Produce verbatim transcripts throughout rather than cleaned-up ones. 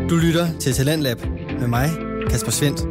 Du lytter til Talentlab med mig, Kasper Svendt.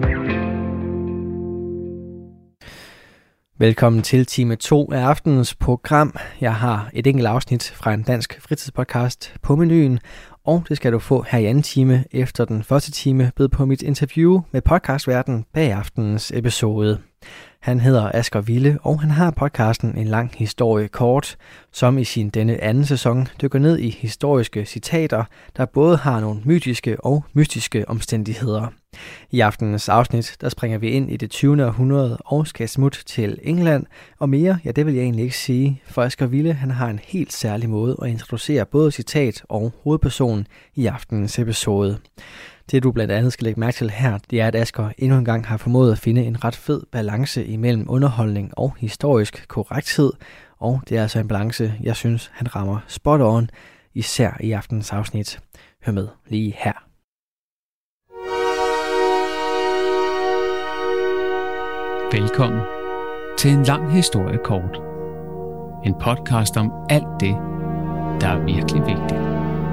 Velkommen til time to af aftenens program. Jeg har et enkelt afsnit fra en dansk fritidspodcast på menuen, og det skal du få her i anden time efter den første time bød på mit interview med podcastværten bag aftenens episode. Han hedder Asger Wille, og han har podcasten En Lang Historie Kort, som i sin denne anden sæson dykker ned i historiske citater, der både har nogle mytiske og mystiske omstændigheder. I aftenens afsnit, der springer vi ind i det tyvende århundrede og skal smutte til England, og mere, ja det vil jeg egentlig ikke sige, for Asger Wille, han har en helt særlig måde at introducere både citat og hovedperson i aftenens episode. Det du blandt andet skal lægge mærke til her, det er, at Asger endnu en gang har formået at finde en ret fed balance imellem underholdning og historisk korrekthed, og det er altså en balance, jeg synes, han rammer spot on, især i aftenens afsnit. Hør med lige her. Velkommen til En Lang Historie Kort. En podcast om alt det, der er virkelig vigtigt.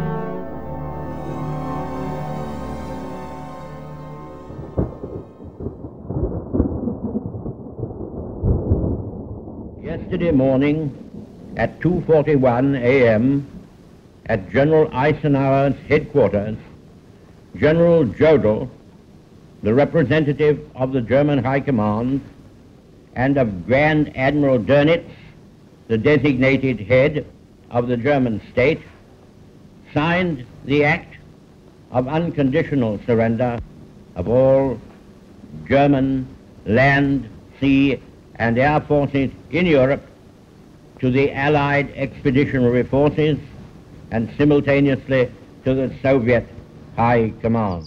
Yesterday morning at two forty-one a.m. at General Eisenhower's headquarters, General Jodl, the representative of the German High Command, and of Grand Admiral Dönitz, the designated head of the German state, signed the act of unconditional surrender of all German land, sea, and air forces in Europe to the Allied expeditionary forces and simultaneously to the Soviet High Command.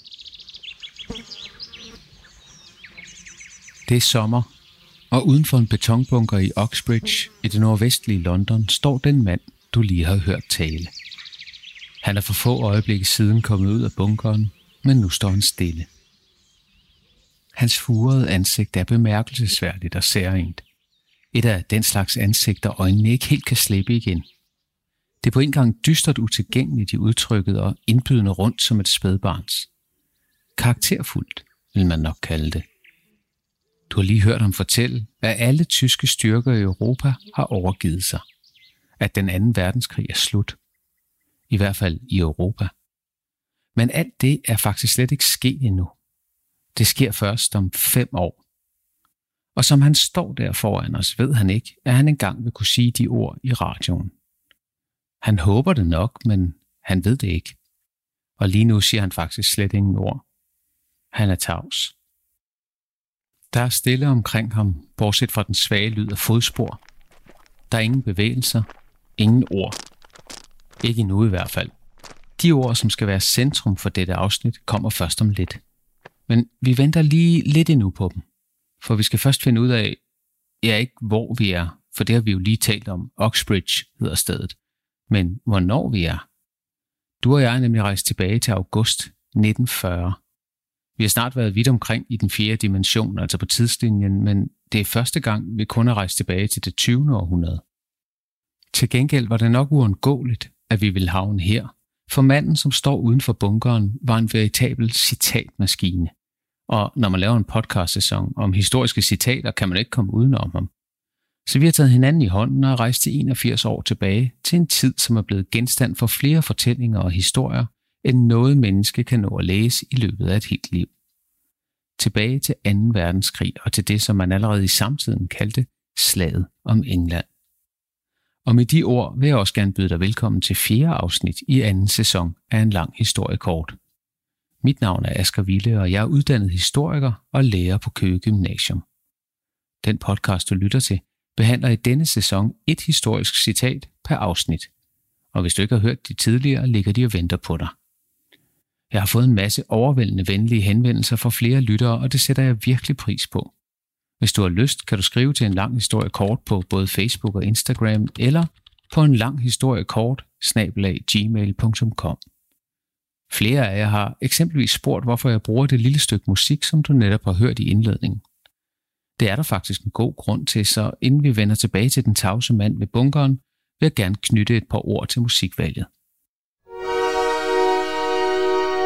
Det er sommer, og uden for en betonbunker i Uxbridge i det nordvestlige London står den mand, du lige har hørt tale. Han er for få øjeblikke siden kommet ud af bunkeren, men nu står han stille. Hans furede ansigt er bemærkelsesværdigt og særligt. Et af den slags ansigter, øjnene ikke helt kan slippe igen. Det er på en gang dystert utilgængeligt i udtrykket og indbydende rundt som et spædbarns. Karakterfuldt, vil man nok kalde det. Du har lige hørt ham fortælle, at alle tyske styrker i Europa har overgivet sig. At den anden verdenskrig er slut. I hvert fald i Europa. Men alt det er faktisk slet ikke sket endnu. Det sker først om fem år. Og som han står der foran os, ved han ikke, at han engang vil kunne sige de ord i radioen. Han håber det nok, men han ved det ikke. Og lige nu siger han faktisk slet ingen ord. Han er tavs. Der er stille omkring ham, bortset fra den svage lyd af fodspor. Der er ingen bevægelser, ingen ord. Ikke endnu i hvert fald. De ord, som skal være centrum for dette afsnit, kommer først om lidt. Men vi venter lige lidt endnu på dem. For vi skal først finde ud af, ja ikke hvor vi er, for det har vi jo lige talt om. Uxbridge hedder stedet. Men hvornår vi er. Du og jeg er nemlig rejst tilbage til august nitten fyrre. Vi har snart været vidt omkring i den fjerde dimension, altså på tidslinjen, men det er første gang, vi kun har rejst tilbage til det tyvende århundrede. Til gengæld var det nok uundgåeligt, at vi ville havne her, for manden, som står uden for bunkeren, var en veritabel citatmaskine. Og når man laver en podcast-sæson om historiske citater, kan man ikke komme udenom ham. Så vi har taget hinanden i hånden og rejst til enogfirs år tilbage til en tid, som er blevet genstand for flere fortællinger og historier, end noget menneske kan nå at læse i løbet af et helt liv. Tilbage til anden verdenskrig og til det, som man allerede i samtiden kaldte slaget om England. Og med de ord vil jeg også gerne byde dig velkommen til fjerde afsnit i anden sæson af En Lang Historie Kort. Mit navn er Asger Wille, og jeg er uddannet historiker og lærer på Køge Gymnasium. Den podcast, du lytter til, behandler i denne sæson et historisk citat per afsnit. Og hvis du ikke har hørt de tidligere, ligger de og venter på dig. Jeg har fået en masse overvældende venlige henvendelser fra flere lyttere, og det sætter jeg virkelig pris på. Hvis du har lyst, kan du skrive til En Lang Historie Kort på både Facebook og Instagram, eller på en lang historie kort snabel-a gmail punktum com. Flere af jer har eksempelvis spurgt, hvorfor jeg bruger det lille stykke musik, som du netop har hørt i indledningen. Det er der faktisk en god grund til, så inden vi vender tilbage til den tavse mand ved bunkeren, vil jeg gerne knytte et par ord til musikvalget.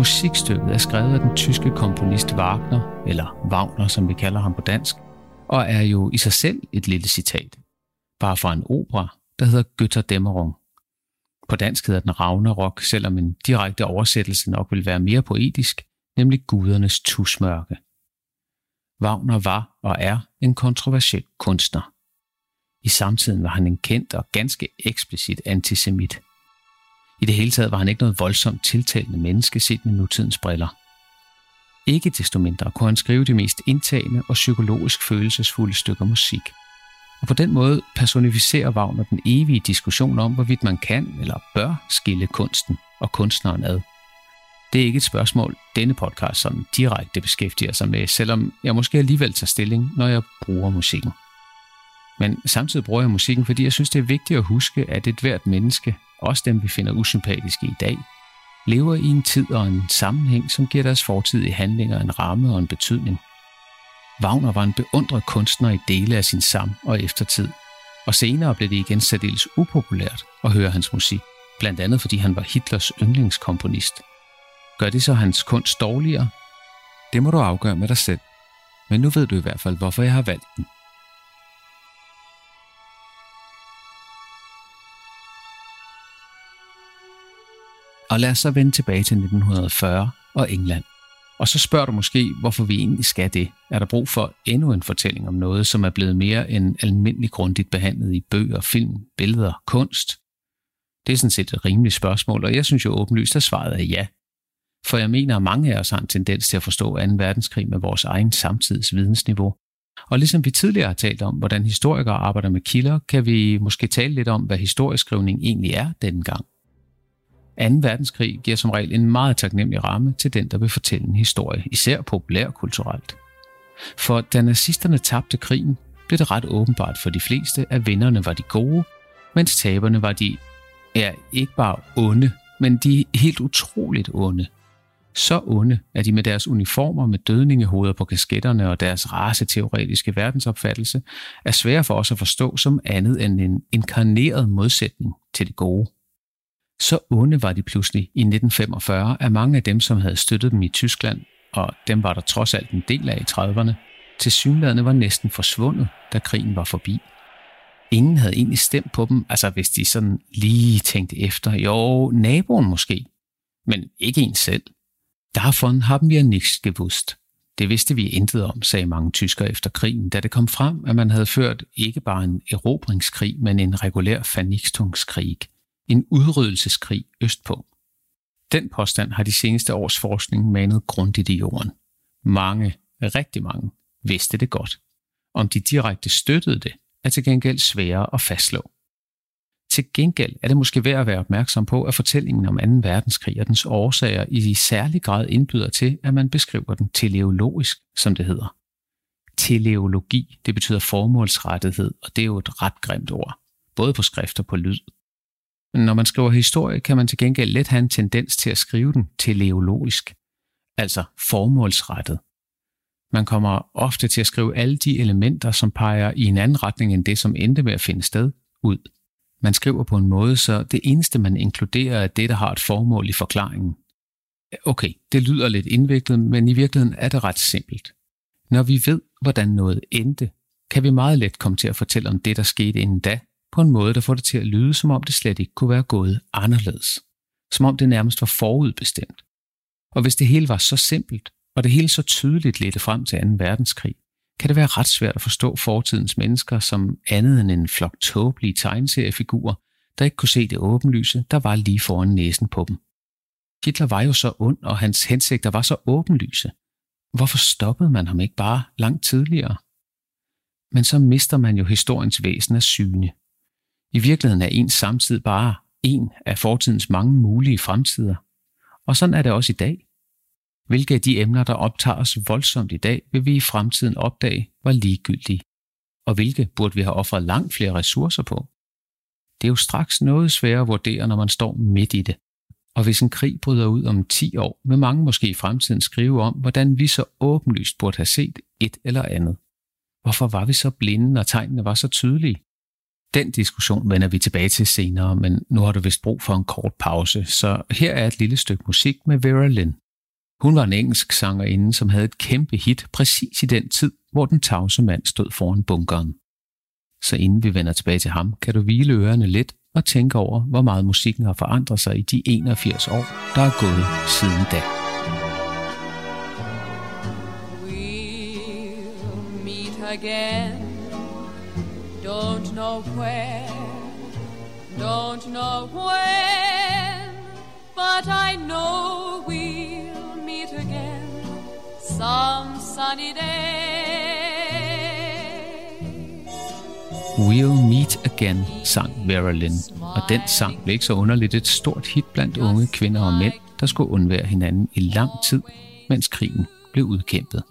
Musikstykket er skrevet af den tyske komponist Wagner, eller Wagner, som vi kalder ham på dansk, og er jo i sig selv et lille citat, bare fra en opera, der hedder Götterdämmerung. På dansk hedder den Ragnarok, selvom en direkte oversættelse nok vil være mere poetisk, nemlig gudernes tusmørke. Wagner var og er en kontroversiel kunstner. I samtiden var han en kendt og ganske eksplicit antisemit. I det hele taget var han ikke noget voldsomt tiltalende menneske set med nutidens briller. Ikke desto mindre kunne han skrive de mest indtagende og psykologisk følelsesfulde stykker musik. Og på den måde personificerer Wagner den evige diskussion om, hvorvidt man kan eller bør skille kunsten og kunstneren ad. Det er ikke et spørgsmål, denne podcast sådan direkte beskæftiger sig med, selvom jeg måske alligevel tager stilling, når jeg bruger musikken. Men samtidig bruger jeg musikken, fordi jeg synes, det er vigtigt at huske, at et hvert menneske, også dem vi finder usympatiske i dag, lever i en tid og en sammenhæng, som giver deres fortidige handlinger en ramme og en betydning. Wagner var en beundret kunstner i dele af sin sam- og eftertid, og senere blev det igen særdeles upopulært at høre hans musik, blandt andet fordi han var Hitlers yndlingskomponist. Gør det så hans kunst dårligere? Det må du afgøre med dig selv, men nu ved du i hvert fald, hvorfor jeg har valgt den. Og lad os så vende tilbage til nitten fyrre og England. Og så spørger du måske, hvorfor vi egentlig skal det. Er der brug for endnu en fortælling om noget, som er blevet mere end almindeligt grundigt behandlet i bøger, film, billeder, kunst? Det er sådan set et rimeligt spørgsmål, og jeg synes jo åbenlyst, at svaret er ja. For jeg mener, at mange af os har en tendens til at forstå anden verdenskrig med vores egen samtids vidensniveau. Og ligesom vi tidligere har talt om, hvordan historikere arbejder med kilder, kan vi måske tale lidt om, hvad historieskrivning egentlig er denne gang. anden verdenskrig giver som regel en meget taknemmelig ramme til den, der vil fortælle en historie, især populærkulturelt. For da nazisterne tabte krigen, blev det ret åbenbart for de fleste, at vinderne var de gode, mens taberne var de, ja, ikke bare onde, men de helt utroligt onde. Så onde, at de med deres uniformer med dødningehoveder på kasketterne og deres raceteoretiske verdensopfattelse er svære for os at forstå som andet end en inkarneret modsætning til det gode. Så onde var de pludselig i nitten femogfyrre, at mange af dem, som havde støttet dem i Tyskland, og dem var der trods alt en del af i trediverne, tilsyneladende var næsten forsvundet, da krigen var forbi. Ingen havde egentlig stemt på dem, altså hvis de sådan lige tænkte efter. Jo, naboen måske, men ikke en selv. Davon haben wir nichts gewusst. Det vidste vi intet om, sagde mange tyskere efter krigen, da det kom frem, at man havde ført ikke bare en erobringskrig, men en regulær Vernichtungskrig. En udryddelseskrig østpå. Den påstand har de seneste års forskning manet grundigt i jorden. Mange, rigtig mange, vidste det godt. Om de direkte støttede det, er til gengæld sværere at fastslå. Til gengæld er det måske værd at være opmærksom på, at fortællingen om anden verdenskrig og dens årsager i særlig grad indbyder til, at man beskriver den teleologisk, som det hedder. Teleologi, det betyder formålsrettighed, og det er jo et ret grimt ord, både på skrift og på lyd. Men når man skriver historie, kan man til gengæld let have en tendens til at skrive den teleologisk, altså formålsrettet. Man kommer ofte til at skrive alle de elementer, som peger i en anden retning end det, som endte med at finde sted, ud. Man skriver på en måde, så det eneste, man inkluderer, er det, der har et formål i forklaringen. Okay, det lyder lidt indviklet, men i virkeligheden er det ret simpelt. Når vi ved, hvordan noget endte, kan vi meget let komme til at fortælle om det, der skete inden da, på en måde, der får det til at lyde, som om det slet ikke kunne være gået anderledes. Som om det nærmest var forudbestemt. Og hvis det hele var så simpelt, og det hele så tydeligt ledte frem til anden verdenskrig, kan det være ret svært at forstå fortidens mennesker som andet end en flok tåbelige tegneseriefigurer, der ikke kunne se det åbenlyse, der var lige foran næsen på dem. Hitler var jo så ond, og hans hensigter var så åbenlyse. Hvorfor stoppede man ham ikke bare langt tidligere? Men så mister man jo historiens væsen af syne. I virkeligheden er ens samtid bare en af fortidens mange mulige fremtider. Og sådan er det også i dag. Hvilke af de emner, der optager os voldsomt i dag, vil vi i fremtiden opdage var ligegyldige. Og hvilke burde vi have offret langt flere ressourcer på? Det er jo straks noget sværere at vurdere, når man står midt i det. Og hvis en krig bryder ud om ti år, vil mange måske i fremtiden skrive om, hvordan vi så åbenlyst burde have set et eller andet. Hvorfor var vi så blinde, når tegnene var så tydelige? Den diskussion vender vi tilbage til senere, men nu har du vist brug for en kort pause, så her er et lille stykke musik med Vera Lynn. Hun var en engelsk sangerinde, som havde et kæmpe hit præcis i den tid, hvor den tavse mand stod foran bunkeren. Så inden vi vender tilbage til ham, kan du hvile ørerne lidt og tænke over, hvor meget musikken har forandret sig i de enogfirs år, der er gået siden da. We'll meet again. Don't know where, don't know when, but I know we'll meet again some sunny day. We'll Meet Again, sang Vera Lynn, og den sang blev ikke så underligt et stort hit blandt unge kvinder og mænd, der skulle undvære hinanden i lang tid, mens krigen blev udkæmpet.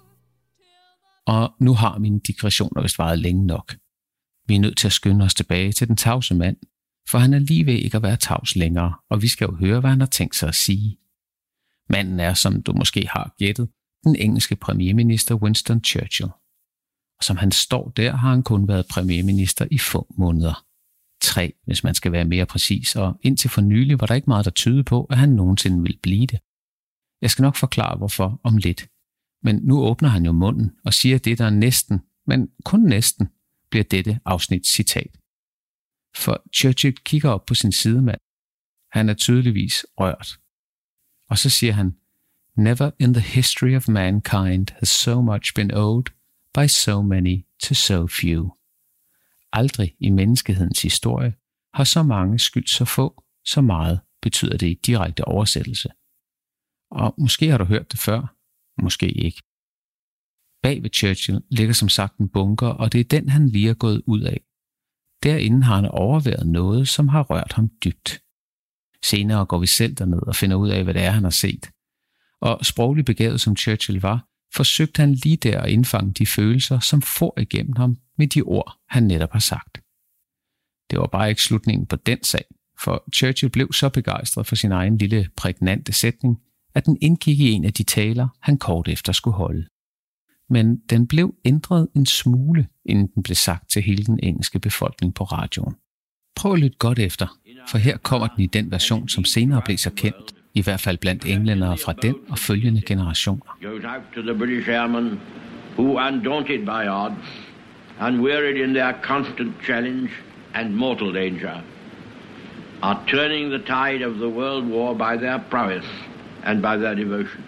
Og nu har mine digressioner vist varet længe nok. Vi er nødt til at skynde os tilbage til den tavse mand, for han er lige ved ikke at være tavs længere, og vi skal jo høre, hvad han har tænkt sig at sige. Manden er, som du måske har gættet, den engelske premierminister Winston Churchill. Og som han står der, har han kun været premierminister i få måneder. Tre, hvis man skal være mere præcis, og indtil for nylig var der ikke meget, der tydede på, at han nogensinde ville blive det. Jeg skal nok forklare, hvorfor om lidt. Men nu åbner han jo munden og siger det, der næsten, men kun næsten, bliver dette afsnit citat. For Churchill kigger op på sin sidemand. Han er tydeligvis rørt. Og så siger han, Never in the history of mankind has so much been owed by so many to so few. Aldrig i menneskehedens historie har så mange skyldt så få, så meget betyder det i direkte oversættelse. Og måske har du hørt det før, måske ikke. Bag ved Churchill ligger som sagt en bunker, og det er den, han lige er gået ud af. Derinde har han overværet noget, som har rørt ham dybt. Senere går vi selv derned og finder ud af, hvad det er, han har set. Og sprogligt begavet som Churchill var, forsøgte han lige der at indfange de følelser, som får igennem ham med de ord, han netop har sagt. Det var bare ikke slutningen på den sag, for Churchill blev så begejstret for sin egen lille prægnante sætning, at den indgik i en af de taler, han kort efter skulle holde. Men den blev ændret en smule, inden den blev sagt til hele den engelske befolkning på radioen. Prøv at lytte godt efter, for her kommer den i den version, som senere blev så kendt, i hvert fald blandt englændere fra den og følgende generationer. Goes out to the British airmen who, undaunted by odds, unwearied in their constant challenge and mortal danger, are turning the tide of the world war by their prowess and by their devotion.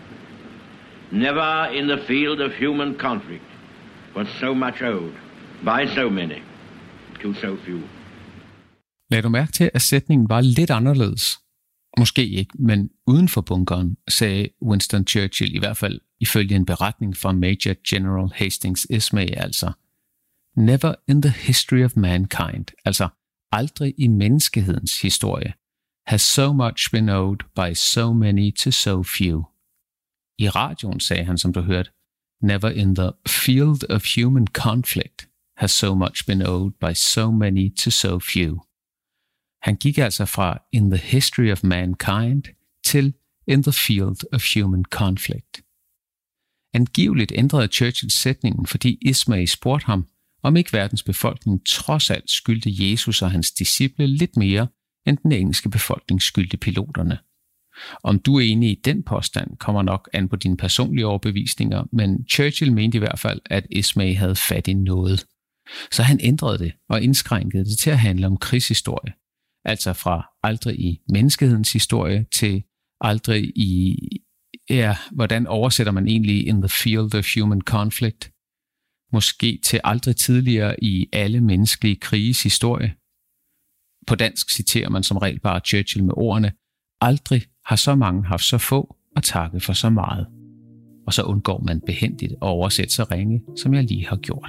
Never in the field of human conflict was so much owed by so many to so few. Lad du mærke til, at sætningen var lidt anderledes. Måske ikke, men uden for bunkeren, sagde Winston Churchill i hvert fald ifølge en beretning fra Major General Hastings Ismay altså, Never in the history of mankind, altså aldrig i menneskehedens historie, has so much been owed by so many to so few. I radioen sagde han, som du hørte, Never in the field of human conflict has so much been owed by so many to so few. Han gik altså fra in the history of mankind til in the field of human conflict. Angiveligt ændrede Churchill sætningen, fordi Ismay spurgte ham, om ikke verdens befolkning trods alt skyldte Jesus og hans disciple lidt mere, end den engelske befolkning skyldte piloterne. Om du er enig i den påstand, kommer nok an på dine personlige overbevisninger, men Churchill mente i hvert fald, at Ismay havde fat i noget. Så han ændrede det og indskrænkede det til at handle om krigshistorie. Altså fra aldrig i menneskehedens historie til aldrig i, ja, hvordan oversætter man egentlig in the field of human conflict? Måske til aldrig tidligere i alle menneskelige kriges historie. På dansk citerer man som regel bare Churchill med ordene, aldrig har så mange haft så få og takke for så meget. Og så undgår man behændigt at oversætte så ringe, som jeg lige har gjort.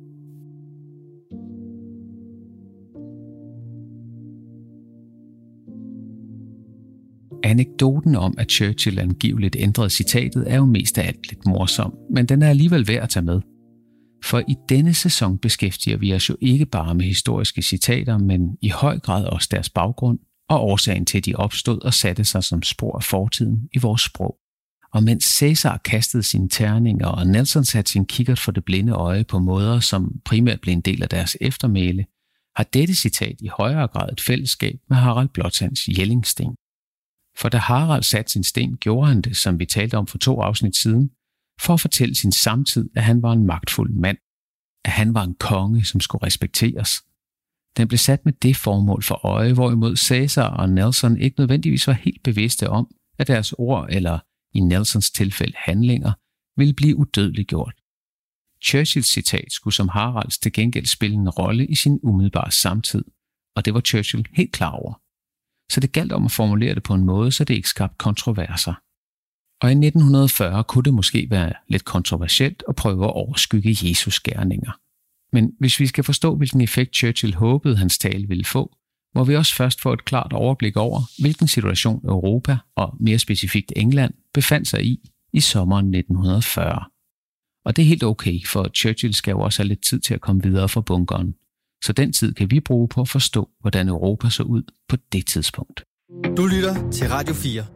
Anekdoten om, at Churchill angiveligt ændrede citatet, er jo mest af alt lidt morsom, men den er alligevel værd at tage med. For i denne sæson beskæftiger vi os jo ikke bare med historiske citater, men i høj grad også deres baggrund og årsagen til, at de opstod og satte sig som spor af fortiden i vores sprog. Og mens Cæsar kastede sine terninger og Nelson satte sin kikkert for det blinde øje på måder, som primært blev en del af deres eftermæle, har dette citat i højere grad et fællesskab med Harald Blåtands Jellingsten. For da Harald satte sin sten, gjorde han det, som vi talte om for to afsnit siden, for at fortælle sin samtid, at han var en magtfuld mand, at han var en konge, som skulle respekteres. Den blev sat med det formål for øje, hvorimod Cæsar og Nelson ikke nødvendigvis var helt bevidste om, at deres ord, eller i Nelsons tilfælde handlinger, ville blive udødeliggjort. Churchills citat skulle som Haralds til gengæld spille en rolle i sin umiddelbare samtid, og det var Churchill helt klar over. Så det galt om at formulere det på en måde, så det ikke skabte kontroverser. Og i nitten fyrre kunne det måske være lidt kontroversielt at prøve at overskygge Jesus gerninger. Men hvis vi skal forstå, hvilken effekt Churchill håbede, hans tale ville få, må vi også først få et klart overblik over, hvilken situation Europa, og mere specifikt England, befandt sig i i sommeren nitten fyrre. Og det er helt okay, for Churchill skal jo også have lidt tid til at komme videre fra bunkeren. Så den tid kan vi bruge på at forstå, hvordan Europa så ud på det tidspunkt. Du lytter til Radio fire.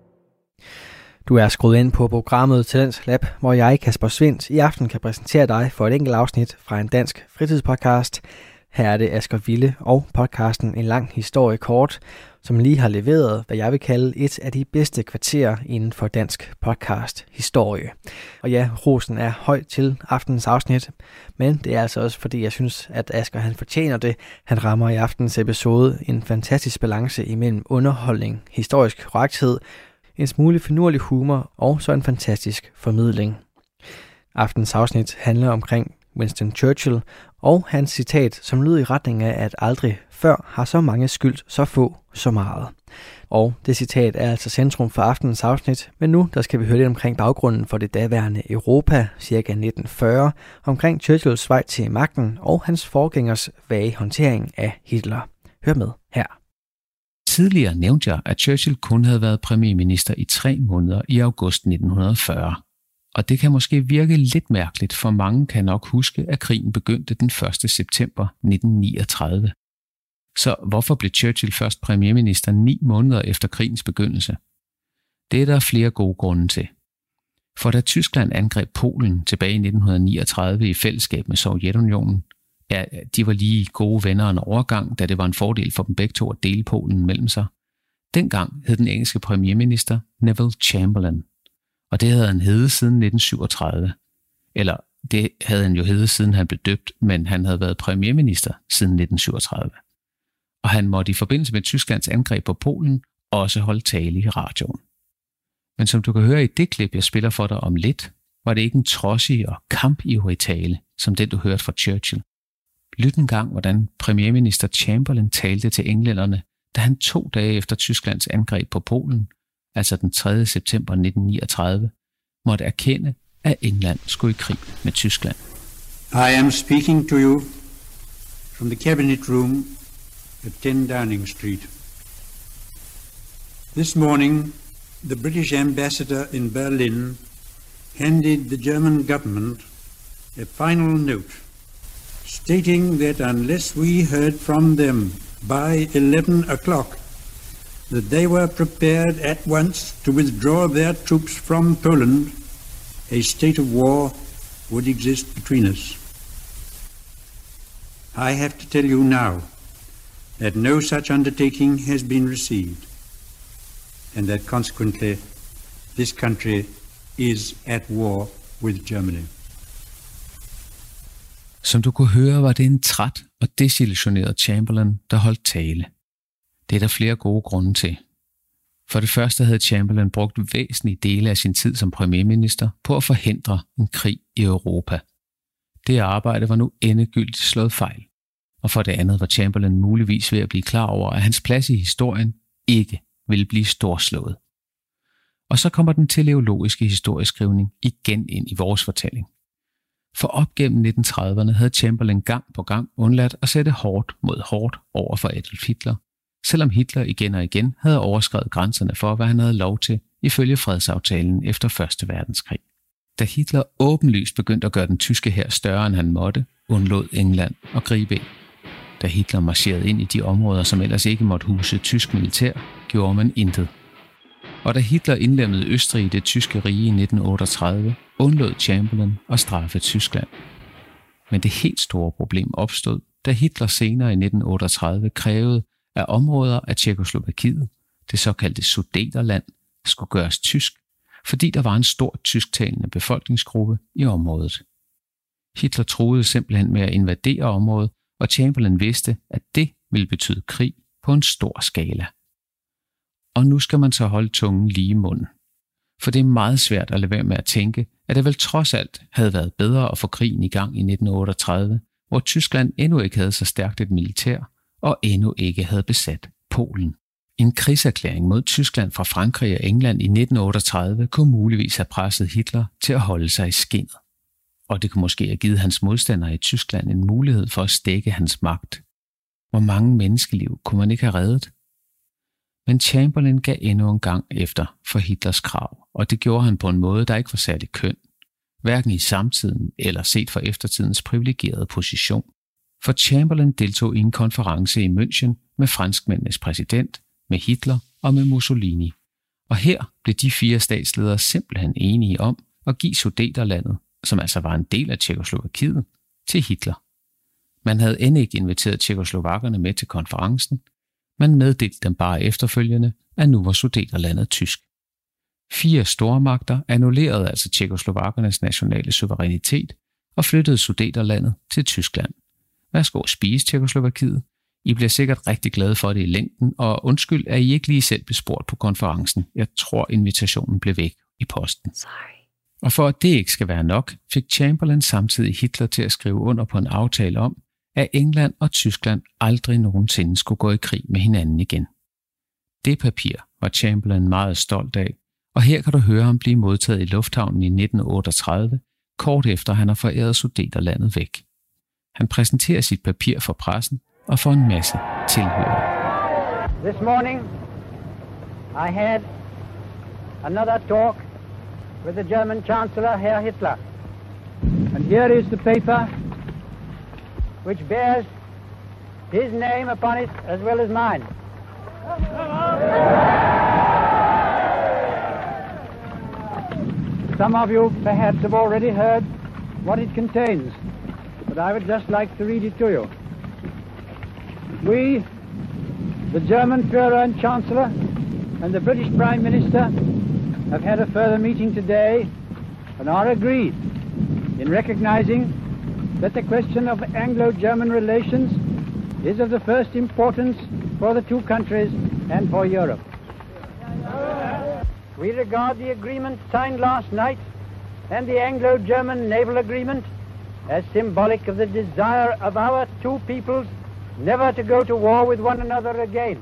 Du er skruet ind på programmet Talents Lab, hvor jeg, Kasper Svindt, i aften kan præsentere dig for et enkelt afsnit fra en dansk fritidspodcast. Her er det Asger Ville og podcasten En Lang Historie Kort, som lige har leveret, hvad jeg vil kalde et af de bedste kvarterer inden for dansk podcast historie. Og ja, rosen er højt til aftenens afsnit, men det er altså også fordi, jeg synes, at Asger han fortjener det. Han rammer i aftenens episode en fantastisk balance imellem underholdning, historisk korrekthed, en smule finurlig humor og så en fantastisk formidling. Aftens afsnit handler omkring Winston Churchill og hans citat, som lyder i retning af, at aldrig før har så mange skyldt så få så meget. Og det citat er altså centrum for aftenens afsnit, men nu der skal vi høre lidt omkring baggrunden for det daværende Europa, ca. nitten fyrre, omkring Churchills vej til magten og hans forgængers vage håndtering af Hitler. Hør med her. Tidligere nævnte jeg, at Churchill kun havde været premierminister i tre måneder i august nitten fyrre. Og det kan måske virke lidt mærkeligt, for mange kan nok huske, at krigen begyndte den første september nitten niogtredive. Så hvorfor blev Churchill først premierminister ni måneder efter krigens begyndelse? Det er der flere gode grunde til. For da Tyskland angreb Polen tilbage i nitten niogtredive i fællesskab med Sovjetunionen, ja, de var lige gode venner en overgang, da det var en fordel for dem begge to at dele Polen mellem sig. Dengang hed den engelske premierminister Neville Chamberlain, og det havde han heddet siden nitten syvogtredive. Eller det havde han jo heddet siden han blev døbt, men han havde været premierminister siden nitten syvogtredive. Og han måtte i forbindelse med Tysklands angreb på Polen også holde tale i radioen. Men som du kan høre i det klip, jeg spiller for dig om lidt, var det ikke en trodsig og kampivrig tale, som den du hørte fra Churchill. Lyt en gang, hvordan premierminister Chamberlain talte til englænderne, da han to dage efter Tysklands angreb på Polen, altså den tredje september nitten niogtredive, måtte erkende, at England skulle i krig med Tyskland. I am speaking to you from the cabinet room at ten Downing Street. This morning, the British ambassador in Berlin handed the German government a final note stating that unless we heard from them by eleven o'clock, that they were prepared at once to withdraw their troops from Poland, a state of war would exist between us. I have to tell you now that no such undertaking has been received, and that consequently this country is at war with Germany. Som du kunne høre, var det en træt og desillusioneret Chamberlain, der holdt tale. Det er der flere gode grunde til. For det første havde Chamberlain brugt væsentlige dele af sin tid som premierminister på at forhindre en krig i Europa. Det arbejde var nu endegyldigt slået fejl. Og for det andet var Chamberlain muligvis ved at blive klar over, at hans plads i historien ikke ville blive storslået. Og så kommer den teleologiske historieskrivning igen ind i vores fortælling. For op gennem nitten trediverne havde Chamberlain gang på gang undladt at sætte hårdt mod hårdt over for Adolf Hitler, selvom Hitler igen og igen havde overskredet grænserne for, hvad han havde lov til ifølge fredsaftalen efter første verdenskrig. Da Hitler åbenlyst begyndte at gøre den tyske hær større end han måtte, undlod England at gribe ind. Da Hitler marcherede ind i de områder, som ellers ikke måtte huse tysk militær, gjorde man intet. Og da Hitler indlemmede Østrig i det tyske rige i nitten otteogtredive, undlod Chamberlain at straffe Tyskland. Men det helt store problem opstod, da Hitler senere i nitten otteogtredive krævede, at områder af Tjekkoslovakiet, det såkaldte Sudeterland, skulle gøres tysk, fordi der var en stor tysktalende befolkningsgruppe i området. Hitler truede simpelthen med at invadere området, og Chamberlain vidste, at det ville betyde krig på en stor skala. Og nu skal man så holde tungen lige i munden. For det er meget svært at lade være med at tænke, at det vel trods alt havde været bedre at få krigen i gang i nitten otteogtredive, hvor Tyskland endnu ikke havde så stærkt et militær og endnu ikke havde besat Polen. En krigserklæring mod Tyskland fra Frankrig og England i nitten otteogtredive kunne muligvis have presset Hitler til at holde sig i skindet. Og det kunne måske have givet hans modstandere i Tyskland en mulighed for at stække hans magt. Hvor mange menneskeliv kunne man ikke have reddet? Men Chamberlain gav endnu en gang efter for Hitlers krav, og det gjorde han på en måde, der ikke var særlig køn, hverken i samtiden eller set fra eftertidens privilegerede position. For Chamberlain deltog i en konference i München med franskmændenes præsident, med Hitler og med Mussolini. Og her blev de fire statsledere simpelthen enige om at give Sudeterlandet, som altså var en del af Tjekkoslovakiet, til Hitler. Man havde end ikke inviteret tjekkoslovakkerne med til konferencen, man meddelte dem bare efterfølgende, at nu var Sudeterlandet tysk. Fire stormagter annullerede altså tjekkoslovakkernes nationale suverænitet og flyttede Sudeterlandet til Tyskland. Værsgo at spise Tjekkoslovakiet. I bliver sikkert rigtig glade for det i længden, og undskyld, at I ikke lige selv blev spurgt på konferencen. Jeg tror, invitationen blev væk i posten. Sorry. Og for at det ikke skal være nok, fik Chamberlain samtidig Hitler til at skrive under på en aftale om, at England og Tyskland aldrig nogensinde skulle gå i krig med hinanden igen. Det papir var Chamberlain meget stolt af, og her kan du høre ham blive modtaget i lufthavnen i nitten otteogtredive, kort efter han har foræret Sudeterlandet væk. Han præsenterer sit papir for pressen og får en masse tilhørere. This morning I had another talk with the German Chancellor, Herr Hitler. And here is the paper which bears his name upon it as well as mine. Some of you perhaps have already heard what it contains, but I would just like to read it to you. We, the German Führer and Chancellor, and the British Prime Minister have had a further meeting today and are agreed in recognizing that the question of Anglo-German relations is of the first importance for the two countries and for Europe. We regard the agreement signed last night and the Anglo-German naval agreement as symbolic of the desire of our two peoples never to go to war with one another again.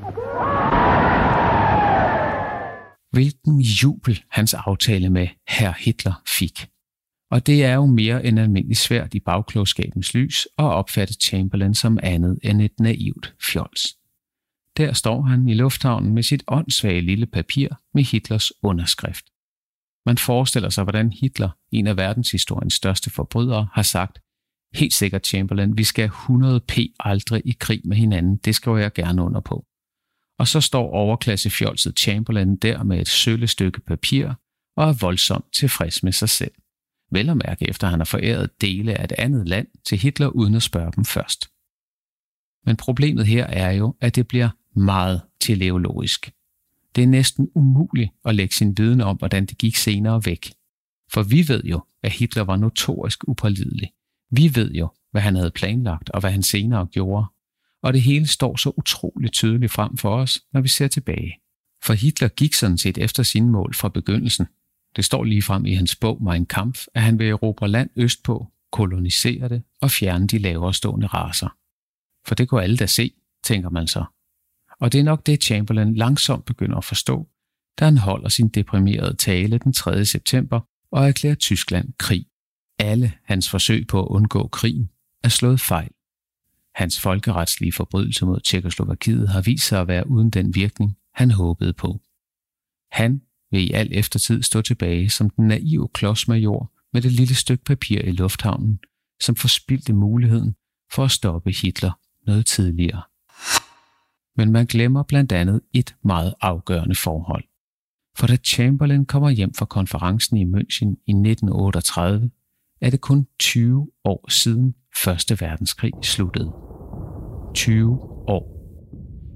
Hvilken jubel hans aftale med herr Hitler fik. Og det er jo mere end almindeligt svært i bagklogskabens lys at opfatte Chamberlain som andet end et naivt fjols. Der står han i lufthavnen med sit åndssvage lille papir med Hitlers underskrift. Man forestiller sig, hvordan Hitler, en af verdenshistoriens største forbrydere, har sagt: helt sikkert Chamberlain, vi skal hundrede p aldrig i krig med hinanden, det skriver jeg gerne under på. Og så står overklassefjolset Chamberlain der med et sølle stykke papir og er voldsomt tilfreds med sig selv. Vel at mærke efter han har foræret dele af et andet land til Hitler uden at spørge dem først. Men problemet her er jo, at det bliver meget teleologisk. Det er næsten umuligt at lægge sin viden om, hvordan det gik senere væk. For vi ved jo, at Hitler var notorisk upålidelig. Vi ved jo, hvad han havde planlagt og hvad han senere gjorde. Og det hele står så utroligt tydeligt frem for os, når vi ser tilbage. For Hitler gik sådan set efter sine mål fra begyndelsen. Det står lige frem i hans bog Mein Kampf, at han vil erobre land østpå, kolonisere det og fjerne de lavere stående racer. For det kunne alle da se, tænker man så. Og det er nok det, Chamberlain langsomt begynder at forstå, da han holder sin deprimerede tale den tredje september og erklærer Tyskland krig. Alle hans forsøg på at undgå krigen er slået fejl. Hans folkeretslige forbrydelse mod Tjekkoslovakiet har vist sig at være uden den virkning, han håbede på. Han vil i al eftertid stå tilbage som den naive klodsmajor med det lille stykke papir i lufthavnen, som forspildte muligheden for at stoppe Hitler noget tidligere. Men man glemmer blandt andet et meget afgørende forhold. For da Chamberlain kommer hjem fra konferencen i München i nitten otteogtredive, er det kun tyve år siden første verdenskrig sluttede. tyve år.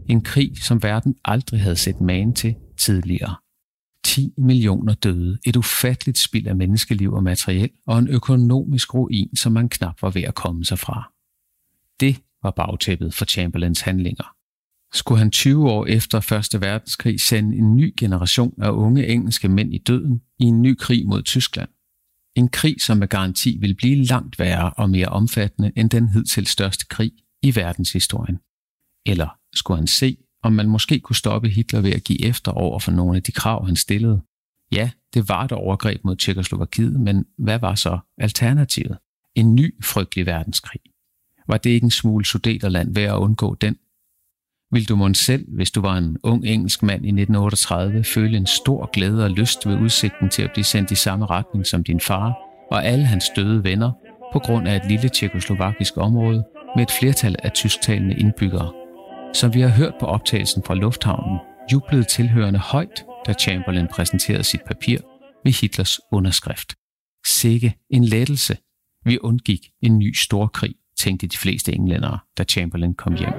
En krig, som verden aldrig havde set magen til tidligere. ti millioner døde, et ufatteligt spild af menneskeliv og materiel, og en økonomisk ruin, som man knap var ved at komme sig fra. Det var bagtæppet for Chamberlains handlinger. Skulle han tyve år efter første verdenskrig sende en ny generation af unge engelske mænd i døden i en ny krig mod Tyskland? En krig, som med garanti ville blive langt værre og mere omfattende end den hidtil største krig i verdenshistorien. Eller skulle han se, om man måske kunne stoppe Hitler ved at give efter over for nogle af de krav, han stillede? Ja, det var et overgreb mod Tjekkoslovakiet, men hvad var så alternativet? En ny frygtelig verdenskrig. Var det ikke en smule sudeterland værd at undgå den? Vil du mon selv, hvis du var en ung engelsk mand i nitten otteogtredive, føle en stor glæde og lyst ved udsigten til at blive sendt i samme retning som din far og alle hans døde venner på grund af et lille tjekkoslovakisk område med et flertal af tysktalende indbyggere? Som vi har hørt på optagelsen fra lufthavnen, jublede tilhørende højt, da Chamberlain præsenterede sit papir ved Hitlers underskrift. Sikke en lettelse. Vi undgik en ny storkrig, tænkte de fleste englændere, da Chamberlain kom hjem.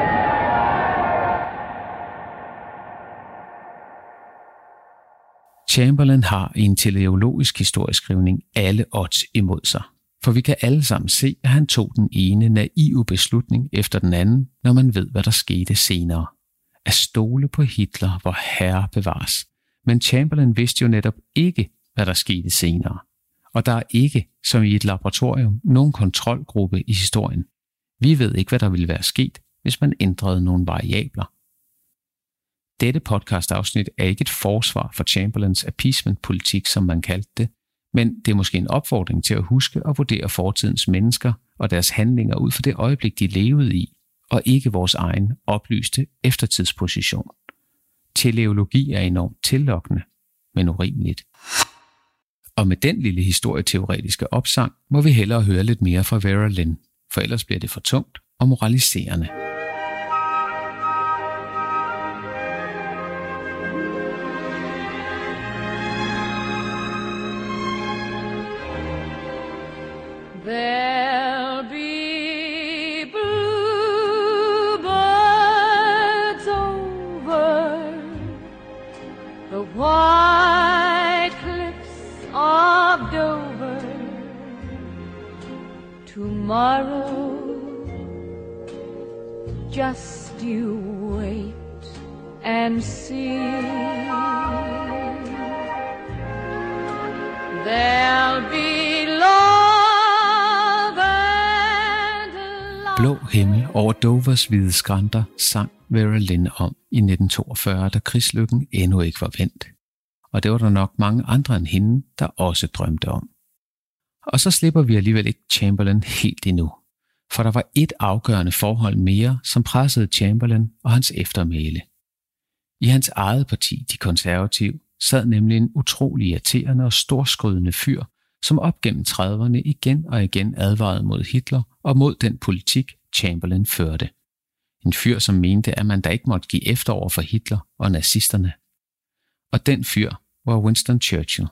Chamberlain har i en teleologisk historieskrivning alle odds imod sig. For vi kan alle sammen se, at han tog den ene naive beslutning efter den anden, når man ved, hvad der skete senere. At stole på Hitler, hvor herre bevares. Men Chamberlain vidste jo netop ikke, hvad der skete senere. Og der er ikke, som i et laboratorium, nogen kontrolgruppe i historien. Vi ved ikke, hvad der ville være sket, hvis man ændrede nogle variabler. Dette podcastafsnit er ikke et forsvar for Chamberlains appeasement-politik, som man kaldte det, men det er måske en opfordring til at huske og vurdere fortidens mennesker og deres handlinger ud fra det øjeblik, de levede i, og ikke vores egen oplyste eftertidsposition. Teleologi er enormt tillokkende, men urimeligt. Og med den lille historieteoretiske opsang må vi hellere høre lidt mere fra Vera Lynn, for ellers bliver det for tungt og moraliserende. There'll be bluebirds over the white cliffs of Dover tomorrow. Just you wait and see. There'll be love. Blå himmel over Dovers hvide skrænter sang Vera Lynn om i nitten toogfyrre, da krigslykken endnu ikke var vendt. Og det var der nok mange andre end hende, der også drømte om. Og så slipper vi alligevel ikke Chamberlain helt endnu. For der var et afgørende forhold mere, som pressede Chamberlain og hans eftermæle. I hans eget parti, de konservative, sad nemlig en utrolig irriterende og storskrydende fyr, som op gennem trediverne igen og igen advarede mod Hitler og mod den politik, Chamberlain førte. En fyr, som mente, at man da ikke måtte give efter over for Hitler og nazisterne. Og den fyr var Winston Churchill.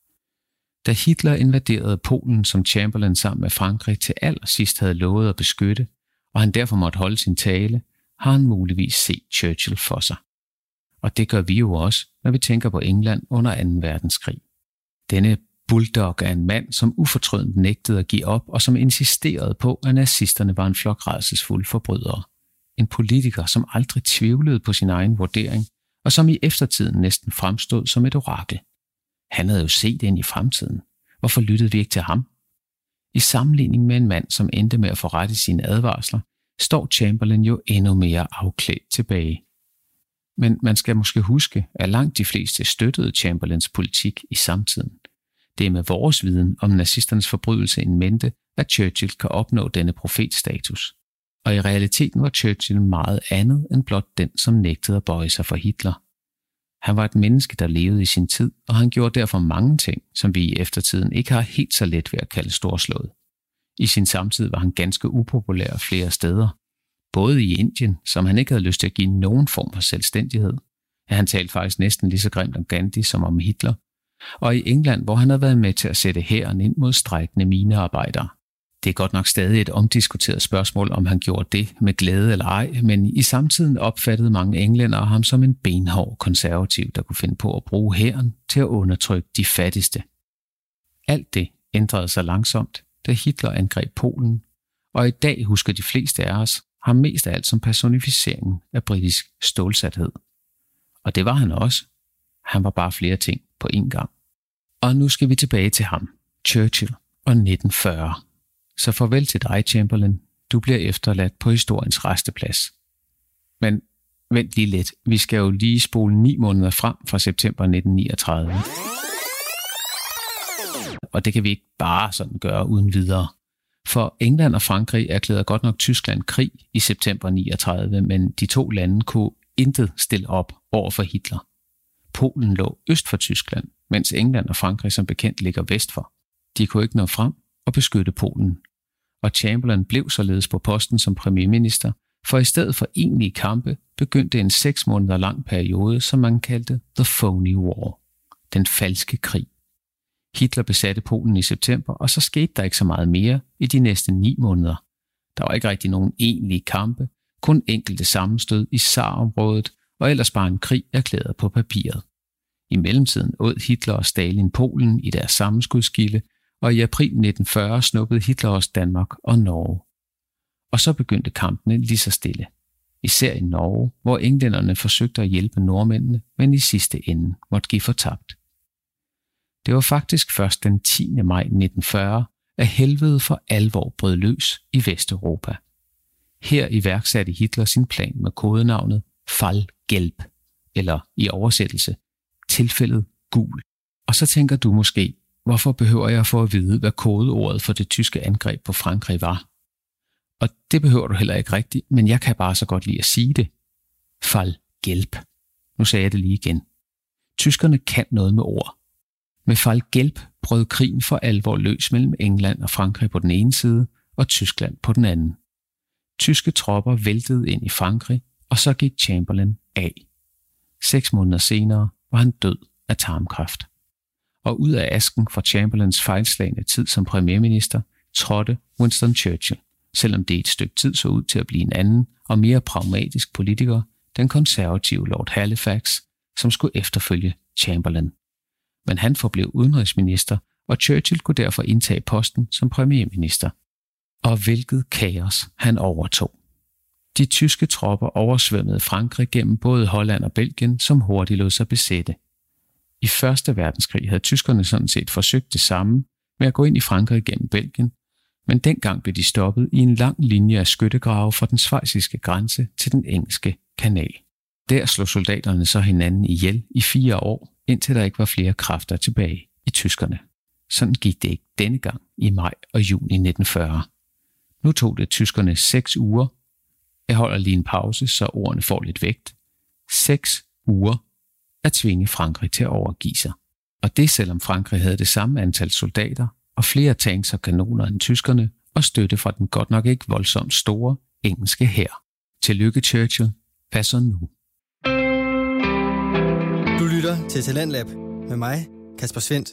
Da Hitler invaderede Polen, som Chamberlain sammen med Frankrig til allersidst havde lovet at beskytte, og han derfor måtte holde sin tale, har han muligvis set Churchill for sig. Og det gør vi jo også, når vi tænker på England under anden verdenskrig. Denne bulldog er en mand, som ufortrødent nægtede at give op, og som insisterede på, at nazisterne var en flok rædselsfulde forbrydere. En politiker, som aldrig tvivlede på sin egen vurdering, og som i eftertiden næsten fremstod som et orakel. Han havde jo set ind i fremtiden. Hvorfor lyttede vi ikke til ham? I sammenligning med en mand, som endte med at få ret i sine advarsler, står Chamberlain jo endnu mere afklædt tilbage. Men man skal måske huske, at langt de fleste støttede Chamberlains politik i samtiden. Det er med vores viden om nazisternes forbrydelse en mente, at Churchill kan opnå denne profetstatus. Og i realiteten var Churchill meget andet end blot den, som nægtede at bøje sig for Hitler. Han var et menneske, der levede i sin tid, og han gjorde derfor mange ting, som vi i eftertiden ikke har helt så let ved at kalde storslået. I sin samtid var han ganske upopulær flere steder. Både i Indien, som han ikke havde lyst til at give nogen form for selvstændighed. Han talte faktisk næsten lige så grimt om Gandhi som om Hitler. Og i England, hvor han havde været med til at sætte hæren ind mod strejkende minearbejdere. Det er godt nok stadig et omdiskuteret spørgsmål, om han gjorde det med glæde eller ej, men i samtiden opfattede mange englændere ham som en benhård konservativ, der kunne finde på at bruge hæren til at undertrykke de fattigste. Alt det ændrede sig langsomt, da Hitler angreb Polen, og i dag husker de fleste af os ham mest af alt som personificeringen af britisk stålsathed. Og det var han også. Han var bare flere ting på én gang. Og nu skal vi tilbage til ham, Churchill og nitten fyrre. Så farvel til dig, Chamberlain. Du bliver efterladt på historiens resteplads. Men vent lige lidt. Vi skal jo lige spole ni måneder frem fra september nitten niogtredive. Og det kan vi ikke bare sådan gøre uden videre. For England og Frankrig erklærede godt nok Tyskland krig i september niogtredive, men de to lande kunne intet stille op over for Hitler. Polen lå øst for Tyskland, mens England og Frankrig som bekendt ligger vest for. De kunne ikke nå frem og beskytte Polen. Og Chamberlain blev således på posten som premierminister, for i stedet for egentlige kampe begyndte en seks måneder lang periode, som man kaldte The Phony War, den falske krig. Hitler besatte Polen i september, og så skete der ikke så meget mere i de næste ni måneder. Der var ikke rigtig nogen egentlige kampe, kun enkelte sammenstød i Saarområdet, og ellers bare en krig erklæret på papiret. I mellemtiden åd Hitler og Stalin Polen i deres sammenskudskilde, og i april nitten fyrre snuppede Hitler også Danmark og Norge. Og så begyndte kampene lige så stille. Især i Norge, hvor englænderne forsøgte at hjælpe nordmændene, men i sidste ende måtte give fortabt. Det var faktisk først den tiende maj nitten fyrre, at helvede for alvor brød løs i Vesteuropa. Her iværksatte Hitler sin plan med kodenavnet Fallgelb, eller i oversættelse, tilfældet gul. Og så tænker du måske, hvorfor behøver jeg for at vide, hvad kodeordet for det tyske angreb på Frankrig var? Og det behøver du heller ikke rigtigt, men jeg kan bare så godt lide at sige det. Fallgelb. Nu sagde jeg det lige igen. Tyskerne kan noget med ord. Med Fallgelb brød krigen for alvor løs mellem England og Frankrig på den ene side og Tyskland på den anden. Tyske tropper væltede ind i Frankrig, og så gik Chamberlain af. Seks måneder senere var han død af tarmkræft. Og ud af asken fra Chamberlains fejlslagne tid som premierminister trådte Winston Churchill, selvom det et stykke tid så ud til at blive en anden og mere pragmatisk politiker, den konservative Lord Halifax, som skulle efterfølge Chamberlain. Men han forblev udenrigsminister, og Churchill kunne derfor indtage posten som premierminister. Og hvilket kaos han overtog. De tyske tropper oversvømmede Frankrig gennem både Holland og Belgien, som hurtigt lod sig besætte. I første verdenskrig havde tyskerne sådan set forsøgt det samme med at gå ind i Frankrig gennem Belgien, men dengang blev de stoppet i en lang linje af skyttegrave fra den schweiziske grænse til den engelske kanal. Der slog soldaterne så hinanden ihjel i fire år, indtil der ikke var flere kræfter tilbage i tyskerne. Sådan gik det ikke denne gang i maj og juni nitten fyrre. Nu tog det tyskerne seks uger. Jeg holder lige en pause, så ordene får lidt vægt. Seks uger at tvinge Frankrig til at overgive sig. Og det selvom Frankrig havde det samme antal soldater og flere tanks og kanoner end tyskerne og støtte fra den godt nok ikke voldsomt store engelske hær. Tillykke Churchill. Pas så nu. Du lytter til Talentlab med mig, Kasper Svendt.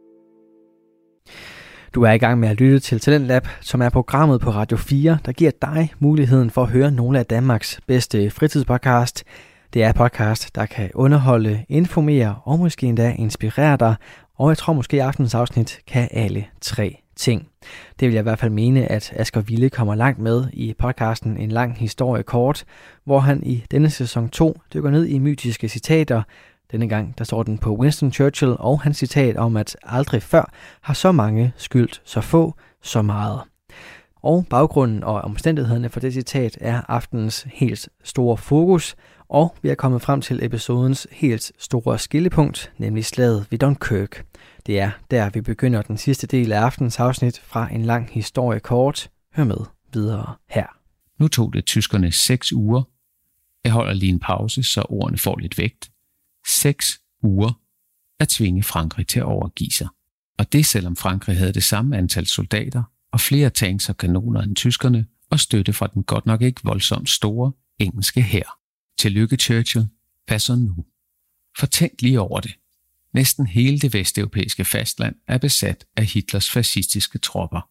Du er i gang med at lytte til Talentlab, som er programmet på Radio fire, der giver dig muligheden for at høre nogle af Danmarks bedste fritidspodcast. Det er podcast, der kan underholde, informere og måske endda inspirere dig, og jeg tror måske at aftens afsnit kan alle tre ting. Det vil jeg i hvert fald mene, at Asger Ville kommer langt med i podcasten En lang historie kort, hvor han i denne sæson to dykker ned i mytiske citater. Denne gang der står den på Winston Churchill og hans citat om, at aldrig før har så mange skyldt så få så meget. Og baggrunden og omstændighederne for det citat er aftenens helt store fokus, og vi er kommet frem til episodens helt store skillepunkt, nemlig slaget ved Dunkirk. Det er der, vi begynder den sidste del af aftens afsnit fra En lang historie kort. Hør med videre her. Nu tog det tyskerne seks uger. Jeg holder lige en pause, så ordene får lidt vægt. Seks uger at tvinge Frankrig til at overgive sig. Og det selvom Frankrig havde det samme antal soldater og flere tanks og kanoner end tyskerne og støtte fra den godt nok ikke voldsomt store engelske hær. Tillykke Churchill. Pas så nu. For tænk lige over det. Næsten hele det vesteuropæiske fastland er besat af Hitlers fascistiske tropper.